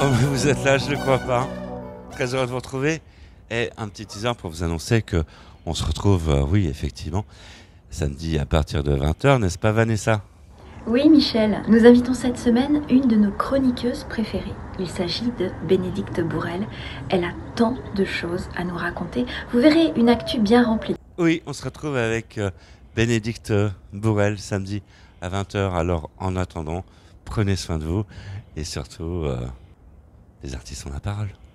Vous êtes là, je ne crois pas. Très heureux de vous retrouver. Et un petit teaser pour vous annoncer que on se retrouve, oui, effectivement, samedi à partir de 20h, n'est-ce pas Vanessa? Oui, Michel, nous invitons cette semaine une de nos chroniqueuses préférées. Il s'agit de Bénédicte Bourrel. Elle a tant de choses à nous raconter. Vous verrez une actu bien remplie. Oui, on se retrouve avec Bénédicte Bourrel samedi à 20h. Alors en attendant, prenez soin de vous et surtout, les artistes ont la parole.